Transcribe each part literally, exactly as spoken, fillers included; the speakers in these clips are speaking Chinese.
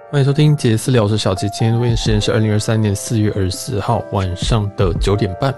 欢迎收听杰私聊，我是小杰。今天录音时间是二零二三年四月二十四号晚上的九点半。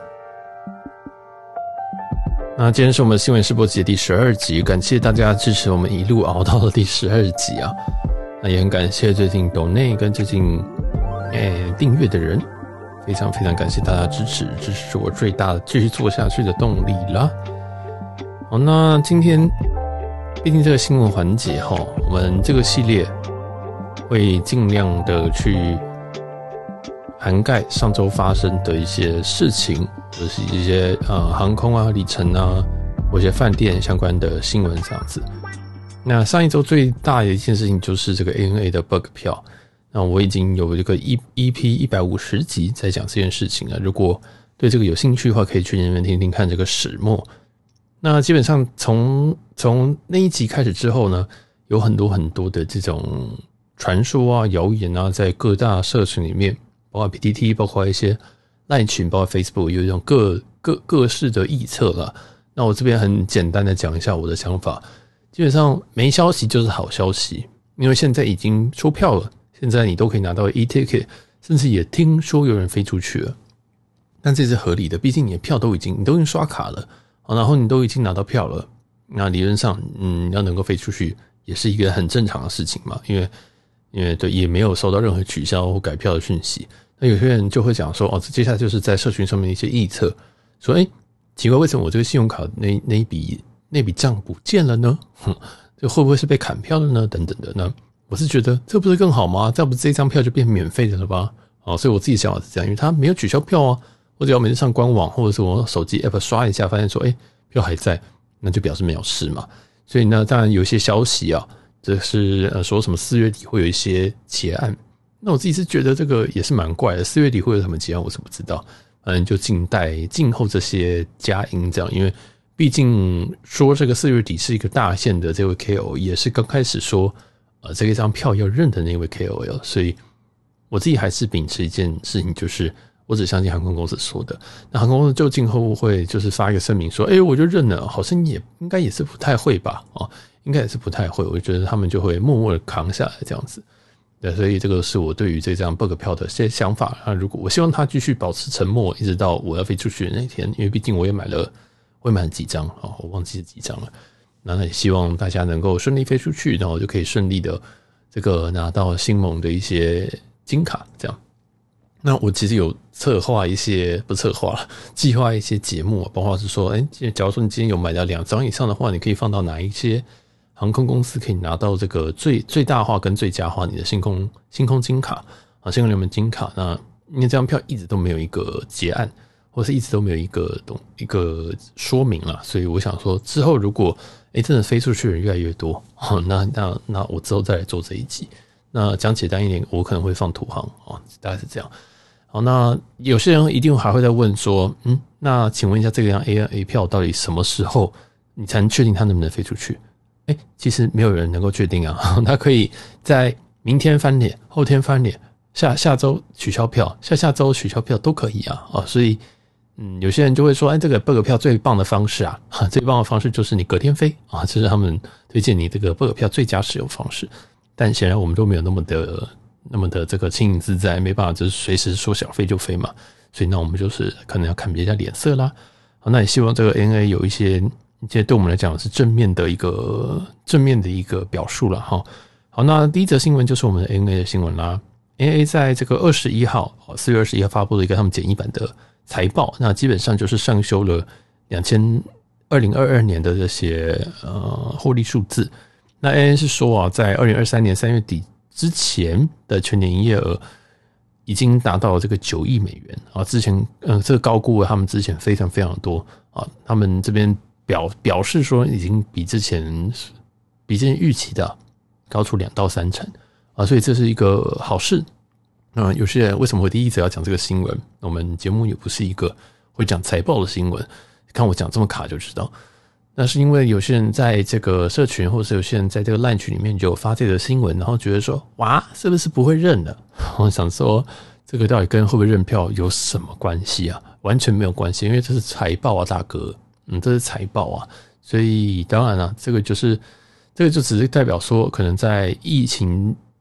那今天是我们新闻试播集的第十二集，感谢大家支持我们一路熬到了第十二集啊。那也很感谢最近抖内跟最近诶订阅的人，非常非常感谢大家支持，这是我最大的继续做下去的动力啦。好，那今天毕竟这个新闻环节齁，我们这个系列会尽量的去涵盖上周发生的一些事情，或者是一些呃航空啊、里程啊，或一些饭店相关的新闻这样子。那上一周最大的一件事情就是这个 A N A 的 bug 票，那我已经有这个 E P 一百五十集在讲这件事情了。如果对这个有兴趣的话，可以去那边听听看这个始末。那基本上从从那一集开始之后呢，有很多很多的这种传说啊、谣言啊，在各大社群里面，包括 P T T， 包括一些 LINE 群，包括 Facebook， 有一种各各各式的臆测啦。那我这边很简单的讲一下我的想法。基本上没消息就是好消息，因为现在已经出票了，现在你都可以拿到 e-ticket， 甚至也听说有人飞出去了。但这是合理的，毕竟你的票都已经你都已经刷卡了，然后你都已经拿到票了，那理论上嗯要能够飞出去也是一个很正常的事情嘛，因为因为对也没有收到任何取消或改票的讯息。那有些人就会讲说，哦，接下来就是在社群上面的一些臆测，说，哎，奇怪，为什么我这个信用卡那那一笔那笔账不见了呢？哼，这会不会是被砍票了呢？等等的呢？我是觉得这不是更好吗？这样不是这张票就变免费的了吧？哦，所以我自己想法是这样，因为它没有取消票啊，我只要每次上官网或者是我手机 app 刷一下，发现说，哎，票还在，那就表示没有事嘛。所以呢，当然有一些消息啊。这是呃说什么四月底会有一些结案，那我自己是觉得这个也是蛮怪的，四月底会有什么结案我是不知道，嗯，就静待静候这些佳音这样，因为毕竟说这个四月底是一个大线的这位 K O L， 也是刚开始说呃这一张票要认的那位 K O L， 所以我自己还是秉持一件事情，就是我只相信航空公司说的，那航空公司就静候会就是发一个声明说，哎、欸，我就认了，好像也应该也是不太会吧，哦。应该也是不太会，我觉得他们就会默默的扛下来这样子。对，所以这个是我对于这张 bug 票的一些想法。那如果我希望他继续保持沉默，一直到我要飞出去的那一天，因为毕竟我也买了，我也买了几张啊，我忘记是几张了。那也希望大家能够顺利飞出去，然后就可以顺利的这个拿到星盟的一些金卡这样。那我其实有策划一些，不策划了，计划一些节目，包括是说，哎、欸，假如说你今天有买到两张以上的话，你可以放到哪一些航空公司可以拿到这个最最大化跟最佳化你的星空星空金卡啊，星空联盟金卡。那因为这张票一直都没有一个结案，或是一直都没有一个懂一个说明啦，所以我想说之后如果哎、欸、真的飞出去的人越来越多，哦、那那那我之后再来做这一集。那讲简单一点，我可能会放土航啊，大概是这样。好，那有些人一定还会在问说，嗯，那请问一下，这张 A N A 票到底什么时候你才能确定它能不能飞出去？哎、欸，其实没有人能够确定啊，它可以在明天翻脸，后天翻脸，下下周取消票，下下周取消票都可以啊，哦，所以，嗯，有些人就会说，哎、欸，这个 bug 票最棒的方式啊，最棒的方式就是你隔天飞啊，这是他们推荐你这个 bug 票最佳使用方式。但显然我们都没有那么的那么的这个轻盈自在，没办法，就是随时说想飞就飞嘛，所以那我们就是可能要看别人家脸色啦。好，那也希望这个 A N A 有一些。这对我们来讲是正面的一个正面的一个表述了哈。好，那第一则新闻就是我们的 A N A 的新闻啦。A N A 在这个二十一号，四月二十一号发布了一个他们简易版的财报，那基本上就是上修了二零二二年的这些呃获利数字。那 A N A 是说啊，在二零二三年三月底之前的全年营业额已经达到了这个九亿美元啊，之前呃这个高估了他们之前非常非常多啊，他们这边。表表示说已经比之前比之前预期的高出两到三成啊，所以这是一个好事。嗯，有些人为什么会第一次要讲这个新闻？我们节目也不是一个会讲财报的新闻，看我讲这么卡就知道。那是因为有些人在这个社群，或是有些人在这个LINE群里面就有发这个新闻，然后觉得说，哇，是不是不会认了？我想说，这个到底跟会不会认票有什么关系啊？完全没有关系，因为这是财报啊，大哥。嗯，这是财报啊，所以当然了、啊，这个就是这个就只是代表说，可能在疫情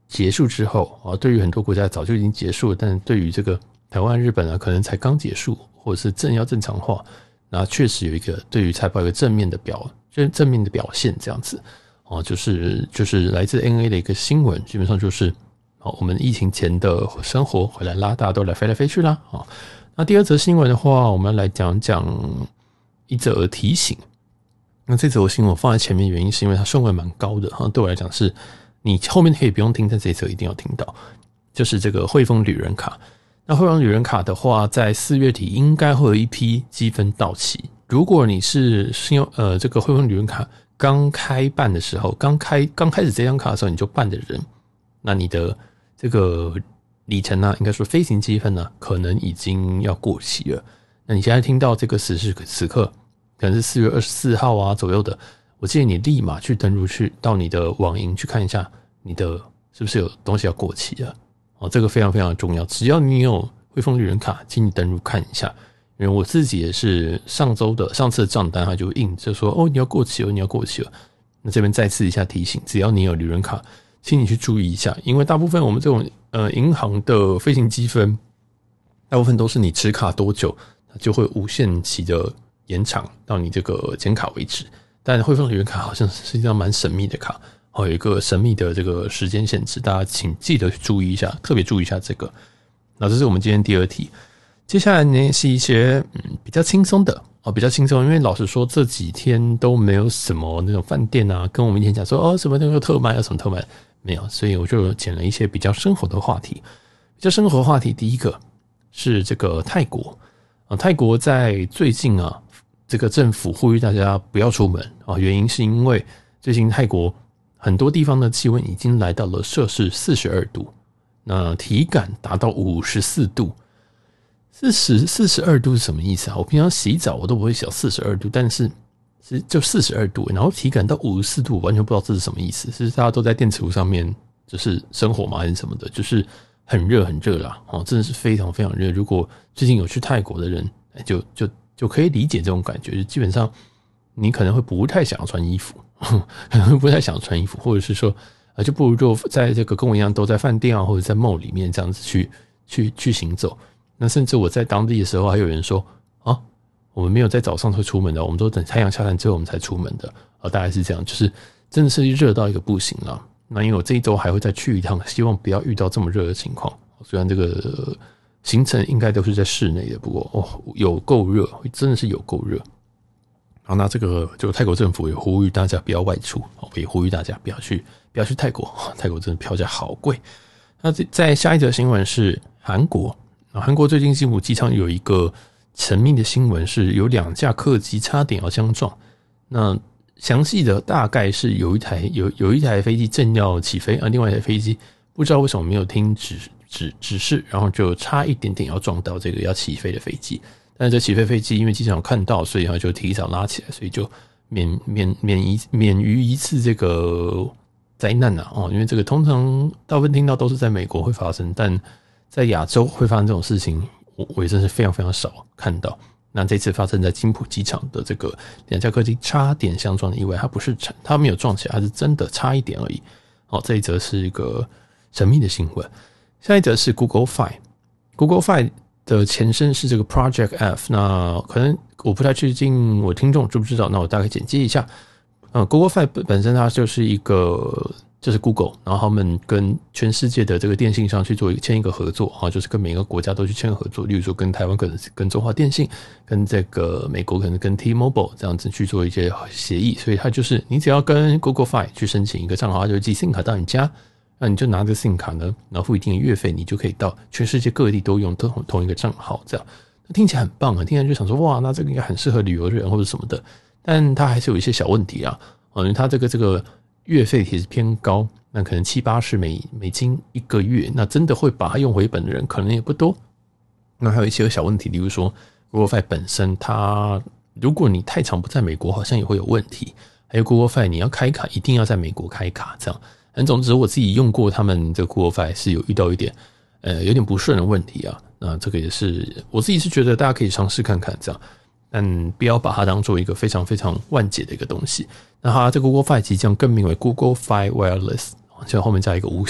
结束之后啊，对于很多国家早就已经结束了，但对于这个台湾、日本啊，可能才刚结束，或者是正要正常化，那确实有一个对于财报一个正面的表，就是正面的表现这样子哦，就是就是来自 N A 的一个新闻，基本上就是哦，我们疫情前的生活回来啦，大家都来飞来飞去啦啊。那第二则新闻的话，我们来讲讲一则提醒。那这则新闻我放在前面，原因是因为它顺位蛮高的哈，对我来讲是你后面可以不用听，但这一则一定要听到，就是这个汇丰旅人卡。那汇丰旅人卡的话，在四月底应该会有一批积分到期。如果你是信用呃这个汇丰旅人卡刚开办的时候，刚开刚开始这张卡的时候你就办的人，那你的这个里程呢，应该说飞行积分呢，可能已经要过期了。那你现在听到这个此时此刻，可能是四月二十四号啊左右的，我建议你立马去登入去到你的网银去看一下，你的是不是有东西要过期了哦，这个非常非常的重要。只要你有汇丰旅人卡，请你登入看一下。因为我自己也是上周的上次的账单，它就印就说哦你要过期了，你要过期了。那这边再次一下提醒，只要你有旅人卡，请你去注意一下，因为大部分我们这种呃银行的飞行积分，大部分都是你持卡多久，它就会无限期的延长到你这个减卡为止。但汇丰旅人卡好像是一张蛮神秘的卡，有一个神秘的这个时间限制，大家请记得去注意一下，特别注意一下这个。那这是我们今天第二题。接下来呢是一些嗯比较轻松的哦，比较轻松，因为老实说这几天都没有什么那种饭店啊，跟我们以前讲说哦什么那个特卖啊什么特卖没有，所以我就捡了一些比较生活的话题。比较生活的话题，第一个是这个泰国啊，泰国在最近啊，这个政府呼吁大家不要出门啊，原因是因为最近泰国很多地方的气温已经来到了摄氏四十二度，那体感达到五十四度。四十、四十二度是什么意思啊？我平常洗澡我都不会想四十二度，但是是就四十二度，然后体感到五十四度，我完全不知道这是什么意思。是大家都在电磁炉上面就是生活吗，还是什么的？就是很热很热啦，哦，真的是非常非常热。如果最近有去泰国的人，就就就可以理解这种感觉。就基本上你可能会不太想要穿衣服，可能会不太想要穿衣服，或者是说啊，就不如就在这个跟我一样都在饭店啊，或者在 mall 里面这样子去去去行走。那甚至我在当地的时候，还有人说啊，我们没有在早上会出门的，我们都等太阳下山之后我们才出门的啊，大概是这样，就是真的是热到一个不行了。那因为我这一周还会再去一趟，希望不要遇到这么热的情况。虽然这个行程应该都是在室内的，不过哦，有够热，真的是有够热。好，那这个就泰国政府也呼吁大家不要外出，也呼吁大家不要去不要去泰国，泰国真的票价好贵。那在下一则新闻是韩国。韩国最近金浦机场有一个神秘的新闻，是有两架客机差点要相撞。那详细的大概是有一台有有一台飞机正要起飞，而另外一台飞机不知道为什么没有听指指指示，然后就差一点点要撞到这个要起飞的飞机。但是这起飞飞机因为机场有看到，所以它就提早拉起来，所以就免免免一免于一次这个灾难啊！哦，因为这个通常大部分听到都是在美国会发生，但在亚洲会发生这种事情，我我也真是非常非常少看到。那这次发生在金浦机场的这个两架客机差点相撞的意外，它不是它没有撞起来，它是真的差一点而已。哦，这一则是一个神秘的新闻。下一则是 Google Fi，Google Fi 的前身是这个 Project F。那可能我不太确定我听众知不知道，那我大概简介一下。嗯 ，Google Fi 本身它就是一个。就是 Google， 然后他们跟全世界的这个电信商去做签一个合作啊，就是跟每个国家都去签合作，例如说跟台湾可能是跟中华电信，跟这个美国可能跟 T-Mobile 这样子去做一些协议，所以它就是你只要跟 Google Fi 去申请一个账号，它就会寄 SIM 卡到你家，那你就拿着 SIM 卡呢，然后付一定的月费，你就可以到全世界各地都用同同一个账号，这样那听起来很棒啊，听起来就想说哇，那这个应该很适合旅游的人或者什么的，但它还是有一些小问题啊，因为它这个这个。月费其实偏高，那可能七八十美美金一个月，那真的会把它用回本的人可能也不多。那还有一些小问题，例如说 Google Fi 本身它，如果你太常不在美国，好像也会有问题。还有 Google Fi 你要开卡，一定要在美国开卡，这样。但总之我自己用过他们这个 Google Fi 是有遇到一点呃有点不顺的问题啊。那这个也是我自己是觉得大家可以尝试看看这样。但不要把它当做一个非常非常万解的一个东西。那它这个 Google Fi 即将更名为 Google Fi Wireless， 就后面加一个无线。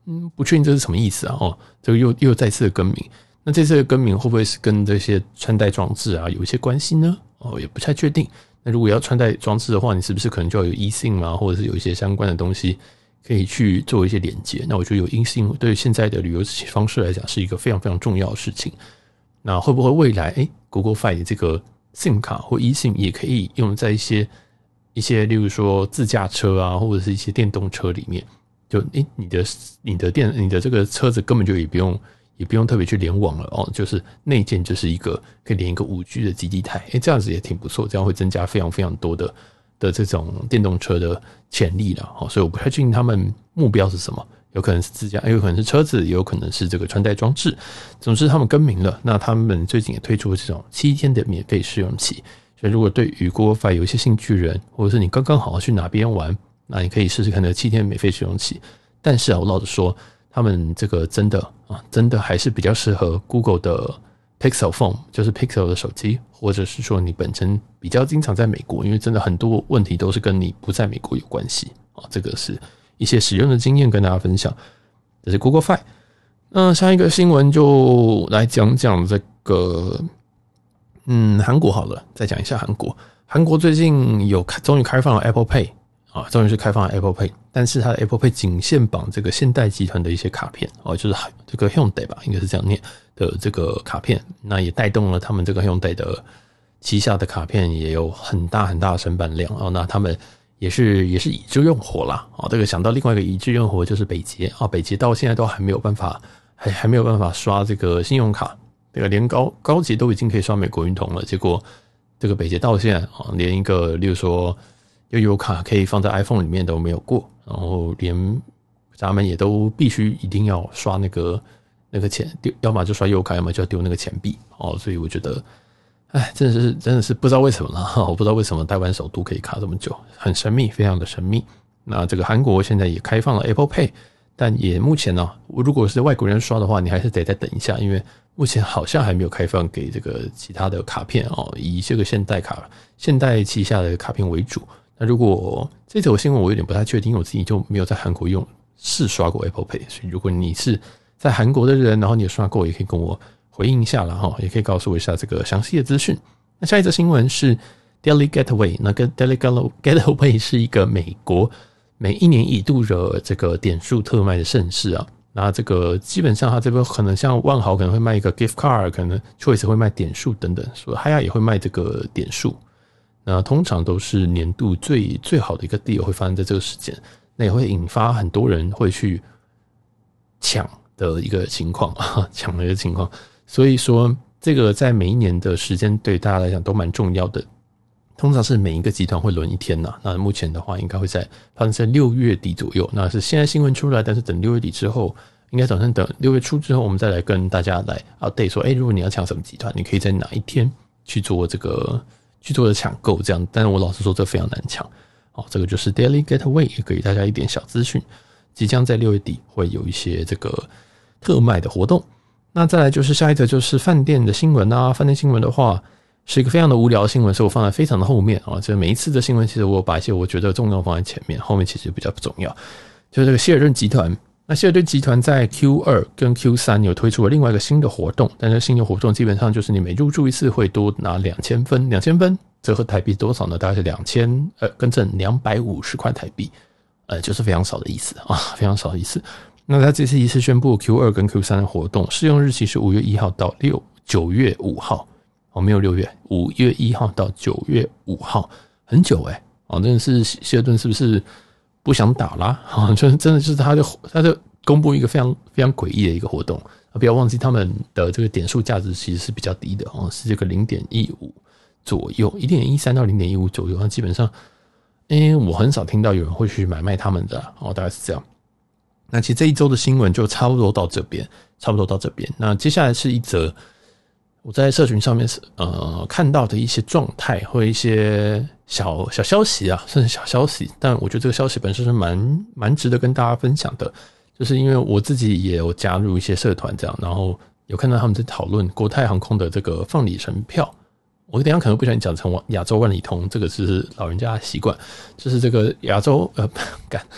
嗯，不确定这是什么意思啊？哦，这个又又再次的更名，那这次的更名会不会是跟这些穿戴装置啊有一些关系呢？哦，也不太确定。那如果要穿戴装置的话，你是不是可能就要有 eSIM 啊，或者是有一些相关的东西可以去做一些连接？那我觉得有 eSIM 对现在的旅游方式来讲是一个非常非常重要的事情。那会不会未来诶 Google Fi 的这个 SIM 卡或 eSIM 也可以用在一些一些例如说自驾车啊，或者是一些电动车里面？就诶你的你的电你的这个车子根本就也不用也不用特别去联网了哦，就是内建就是一个可以连一个 五 G 的基地台，诶这样子也挺不错，这样会增加非常非常多的的这种电动车的潜力了哦，所以我不太确定他们目标是什么，有可能是自驾，有可能是车子，也有可能是这个穿戴装置。总之他们更名了，那他们最近也推出了这种七天的免费试用期，所以如果对于 Google Fi 有一些兴趣的人，或者是你刚刚好要去哪边玩，那你可以试试看这七天免费试用期。但是啊，我老实说，他们这个真的啊，真的还是比较适合 Google 的 Pixel Phone， 就是 Pixel 的手机，或者是说你本身比较经常在美国，因为真的很多问题都是跟你不在美国有关系啊。这个是一些使用的经验跟大家分享。这是 Google Fi。那下一个新闻就来讲讲这个，嗯，韩国好了，再讲一下韩国。韩国最近有终于开放了 Apple Pay。啊，终于是开放了 Apple Pay， 但是它的 Apple Pay 仅限绑这个现代集团的一些卡片哦，就是这个 Hyundai 吧，应该是这样念的这个卡片，那也带动了他们这个 Hyundai 的旗下的卡片也有很大很大的申办量哦，那他们也是也是已知用火啦哦，这个想到另外一个已知用火就是北捷啊，北捷到现在都还没有办法还还没有办法刷这个信用卡，这个连高高捷都已经可以刷美国运通了，结果这个北捷到现在啊连一个例如说悠游卡可以放在 iPhone 里面都没有过，然后连咱们也都必须一定要刷那个那个钱，要么就刷悠游卡，要么就要丢那个钱币哦。所以我觉得，哎，真的是真的是不知道为什么了，我不知道为什么台湾首都可以卡这么久，很神秘，非常的神秘。那这个韩国现在也开放了 Apple Pay， 但也目前呢、啊，如果是外国人刷的话，你还是得再等一下，因为目前好像还没有开放给这个其他的卡片哦，以这个现代卡现代旗下的卡片为主。那如果这则新闻我有点不太确定，因为我自己就没有在韩国用试刷过 Apple Pay， 所以如果你是在韩国的人，然后你有刷过，也可以跟我回应一下啦齁，也可以告诉我一下这个详细的资讯。那下一则新闻是 Daily Getaway， 那个 Daily Getaway 是一个美国每一年一度的这个点数特卖的盛事啊。那这个基本上它这边可能像万豪可能会卖一个 gift card， 可能 Choice 会卖点数等等，所以海雅也会卖这个点数。那通常都是年度最最好的一个 deal 会发生在这个时间，那也会引发很多人会去抢的一个情况，抢的一个情况。所以说，这个在每一年的时间对大家来讲都蛮重要的。通常是每一个集团会轮一天呐、啊，那目前的话应该会在发生在六月底左右。那是现在新闻出来，但是等六月底之后，应该打算等六月初之后，我们再来跟大家来 update 说，哎，如果你要抢什么集团，你可以在哪一天去做这个。去做的抢购这样，但是我老实说这非常难抢。好，这个就是 Daily Getaway， 也给大家一点小资讯，即将在六月底会有一些这个特卖的活动。那再来就是下一则就是饭店的新闻啊，饭店新闻的话是一个非常的无聊的新闻，所以我放在非常的后面啊。这每一次的新闻其实我把一些我觉得重要放在前面，后面其实比较不重要。就是这个希尔顿集团。那希尔顿集团在 Q 二 跟 Q 三 有推出了另外一个新的活动，但是新的活动基本上就是你每入住一次会多拿两千分，两千分折合台币多少呢？大概是两千呃，更正两百五十块台币，呃，就是非常少的意思啊，非常少的意思。那他这次一次宣布 Q 二 跟 Q 三 的活动适用日期是五月一号到六九月五号，哦，没有六月，五月一号到九月五号，很久哎、欸，哦，真的是希尔顿是不是？不想打啦，啊，就是真的就是他就他就公布一个非常非常诡异的一个活动，不要忘记他们的这个点数价值其实是比较低的哦，是这个 零点一五 左右 ，一点一三 到 零点一五 左右，那基本上，诶，我很少听到有人会去买卖他们的哦，大概是这样。那其实这一周的新闻就差不多到这边，差不多到这边。那接下来是一则我在社群上面呃看到的一些状态或一些小小消息啊，甚至小消息，但我觉得这个消息本身是蛮蛮值得跟大家分享的，就是因为我自己也有加入一些社团这样，然后有看到他们在讨论国泰航空的这个放里程票。我等一下可能不小心讲成亚洲万里通，这个是老人家的习惯，就是这个亚洲呃干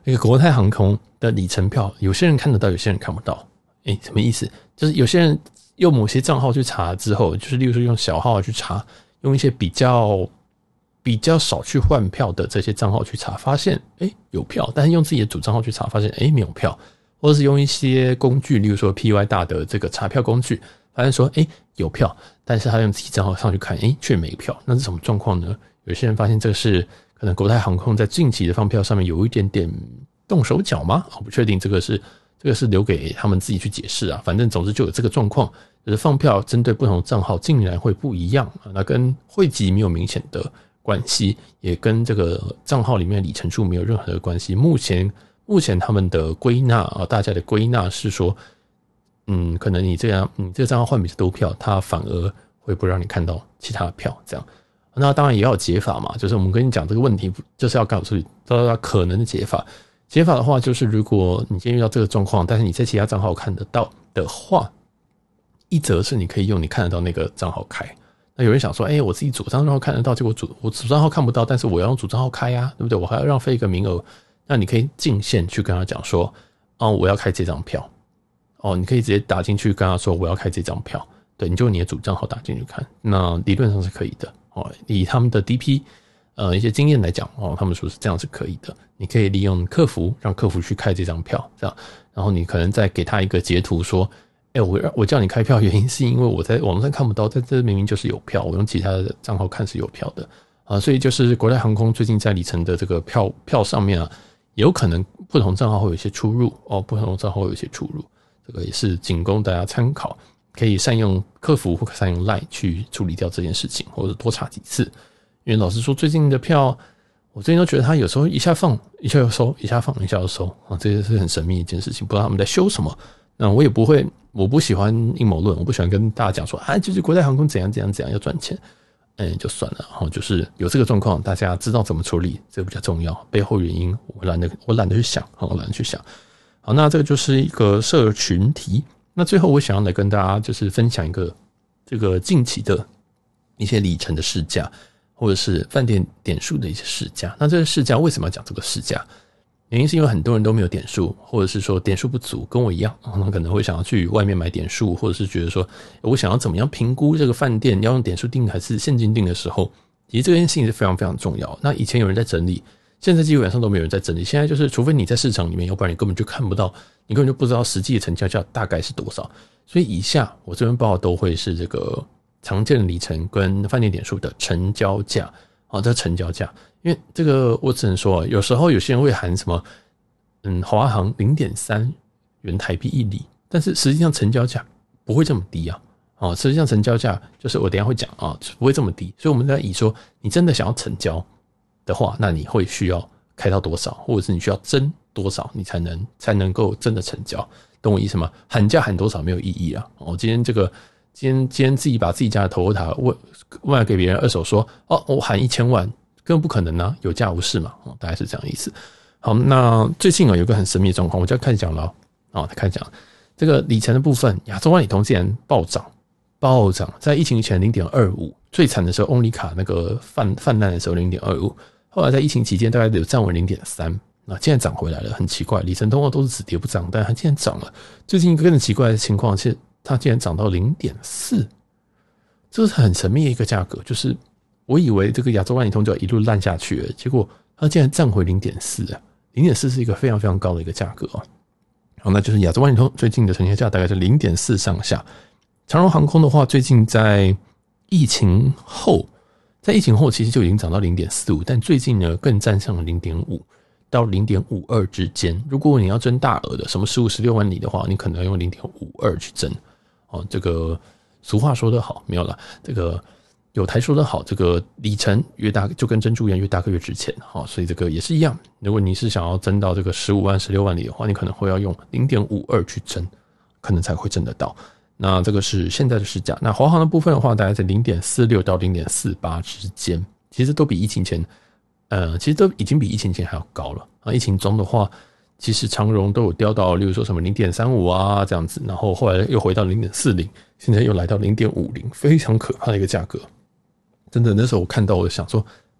那个国泰航空的里程票，有些人看得到，有些人看不到。哎，什么意思？就是有些人用某些账号去查之后，就是例如说用小号去查，用一些比较比较少去换票的这些账号去查，发现哎有票，但是用自己的主账号去查，发现哎没有票，或者是用一些工具，例如说 P Y 大的这个查票工具，发现说哎有票，但是他用自己账号上去看，哎却没票，那是什么状况呢？有些人发现这个是可能国泰航空在近期的放票上面有一点点动手脚吗？我不确定，这个是这个是留给他们自己去解释啊。反正总之就有这个状况，就是放票针对不同账号竟然会不一样，那跟汇集没有明显的关系，也跟这个账号里面的里程数没有任何的关系。目前目前他们的归纳啊，大家的归纳是说，嗯，可能你这样你这个账号换比较多票，它反而会不让你看到其他的票，这样。那当然也要有解法嘛，就是我们跟你讲这个问题，就是要告诉你到可能的解法。解法的话，就是如果你今天遇到这个状况，但是你在其他账号看得到的话，一则是你可以用你看得到那个账号开。那有人想说，哎、欸，我自己主账号看得到，结果主我主账号看不到，但是我要用主账号开啊，对不对？我还要浪费一个名额。那你可以进线去跟他讲说，哦，我要开这张票。哦，你可以直接打进去跟他说，我要开这张票。对，你就你的主账号打进去看，那理论上是可以的。哦，以他们的 D P 呃一些经验来讲，哦，他们说是这样是可以的。你可以利用客服，让客服去开这张票，这样，然后你可能再给他一个截图说，哎、欸，我我叫你开票，原因是因为我在网上看不到，在这明明就是有票，我用其他的账号看是有票的啊，所以就是国泰航空最近在里程的这个票票上面啊，有可能不同账号会有一些出入哦，不同账号会有一些出入，这个也是仅供大家参考。可以善用客服或善用 LINE 去处理掉这件事情，或者多查几次。因为老实说，最近的票，我最近都觉得他有时候一下放，一下又收，一下放，一下又收啊，这是很神秘的一件事情，不知道他们在修什么。那我也不会，我不喜欢阴谋论，我不喜欢跟大家讲说，啊，就是国泰航空怎样怎样怎样要赚钱，嗯，就算了。然后就是有这个状况，大家知道怎么处理，这个比较重要。背后原因，我懒得，我懒得去想，我懒得去想。好，那这个就是一个社群题。那最后我想要来跟大家就是分享一个这个近期的一些里程的市价，或者是饭店点数的一些市价。那这个市价为什么要讲这个市价？原因是因为很多人都没有点数，或者是说点数不足，跟我一样，那可能会想要去外面买点数，或者是觉得说我想要怎么样评估这个饭店要用点数订还是现金订的时候，其实这件事情是非常非常重要。那以前有人在整理，现在基本上都没有人在整理。现在就是除非你在市场里面，要不然你根本就看不到，你根本就不知道实际的成交价大概是多少。所以以下我这边报都会是这个常见的里程跟饭店点数的成交价，好，这成交价，因为这个我只能说，有时候有些人会喊什么，嗯，华航 零点三 元台币一里，但是实际上成交价不会这么低啊。哦，实际上成交价就是我等一下会讲啊，不会这么低。所以我们在以说，你真的想要成交的话，那你会需要开到多少，或者是你需要增多少，你才能才能够真的成交，懂我意思吗？喊价喊多少没有意义啊！哦，今天这个今天今天自己把自己家的Toyota问问给别人二手说，哦，我喊一千万，根本不可能啊，有价无市嘛，哦，大概是这样的意思。好，那最近啊有一个很神秘的状况，我就要开始讲了啊，开始讲这个里程的部分，亚洲万里通竟然暴涨。暴涨，在疫情前 零点二五， 最惨的时候 Only 卡那个泛泛滥的时候 零点二五， 后来在疫情期间大概有站稳 零点三， 那现在涨回来了，很奇怪，里程通常都是止跌不涨，但它竟然涨了。最近一个更奇怪的情况是它竟然涨到 零点四， 这是很神秘的一个价格，就是我以为这个亚洲万里通就要一路烂下去了，结果它竟然站回 零点四， 零点四 是一个非常非常高的一个价格哦。好，那就是亚洲万里通最近的成交价大概是 零点四 上下。长荣航空的话，最近在疫情后，在疫情后其实就已经涨到 零点四五， 但最近呢更站上了 零点五 到 零点五二 之间。如果你要争大额的，什么十五、十六万里的话，你可能要用 零点五二 去争。哦，这个俗话说得好，没有啦，这个有台说得好，这个里程越大就跟珍珠一样，越大个越值钱。好，所以这个也是一样。如果你是想要争到这个十五万、十六万里的话，你可能会要用 零点五二 去争，可能才会争得到。那这个是现在的市价。那华航的部分的话，大概在 零点四六 到 零点四八 之间，其实都比疫情前，呃，其实都已经比疫情前还要高了啊。疫情中的话，其实长荣都有掉到，例如说什么 零点三五 啊这样子，然后后来又回到 零点四零， 现在又来到 零点五零， 非常可怕的一个价格。真的，那时候我看到我想说，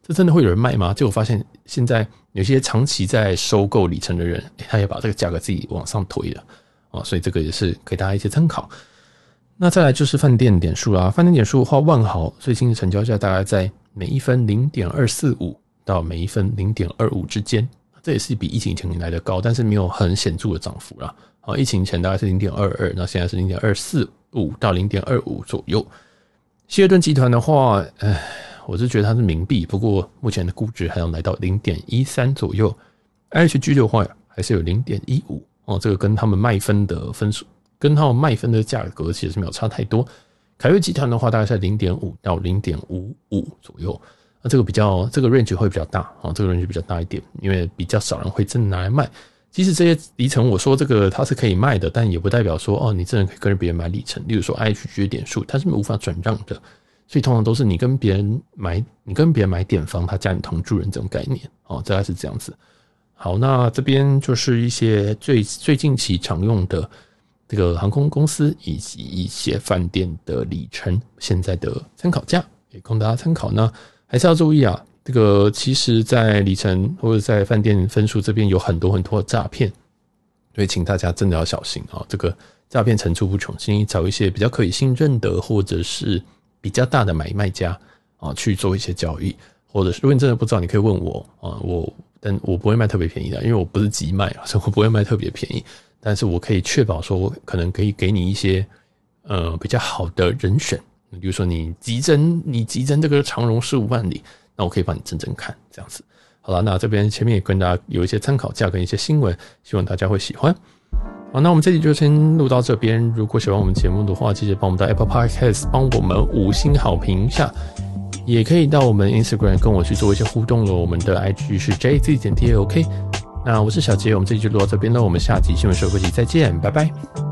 这真的会有人卖吗？结果发现现在有些长期在收购里程的人，他也把这个价格自己往上推了哦，所以这个也是给大家一些参考。那再来就是饭店点数啦，饭店点数的话，万豪最新的成交价大概在每一分 零点二四五 到每一分 零点二五 之间，这也是比疫情前来的高，但是没有很显著的涨幅啦。疫情前大概是 零点二二， 那现在是 零点二四五 到 零点二五 左右。希尔顿集团的话，唉，我是觉得它是冥币，不过目前的估值还要来到 零点一三 左右。I H G 的话还是有 零点一五 哦，这个跟他们卖分的分数跟他们卖分的价格其实是没有差太多。凯瑞集团的话大概在 零点五 到 零点五五 左右，那这个比较这个 range 会比较大哦，这个 range 比较大一点，因为比较少人会真的拿来卖。即使这些里程我说这个它是可以卖的，但也不代表说哦你真的可以跟别人买里程。例如说 I H G 点数它是无法转让的，所以通常都是你跟别人买你跟别人买点方，他加你同住人这种概念哦，大概是这样子。好，那这边就是一些最最近期常用的这个航空公司以及一些饭店的里程现在的参考价，也供大家参考呢。还是要注意啊，这个其实在里程或者在饭店分数这边有很多很多的诈骗，所以请大家真的要小心啊！这个诈骗层出不穷，建议找一些比较可以信任的或者是比较大的买卖家啊去做一些交易，或者是如果你真的不知道，你可以问我啊，我但我不会卖特别便宜的，因为我不是急卖，所以我不会卖特别便宜。但是我可以确保说，我可能可以给你一些呃比较好的人选，比如说你急征你急征这个长荣十五万里，那我可以帮你征征看，这样子。好了，那这边前面也跟大家有一些参考价跟一些新闻，希望大家会喜欢。好，那我们这集就先录到这边。如果喜欢我们节目的话，记得帮我们到 Apple Podcast 帮我们五星好评一下，也可以到我们 Instagram 跟我去做一些互动了。我们的 I G 是 J Z 点 T A O K。那我是小杰，我们这集就录到这边了，我们下集新闻社会集再见，拜拜。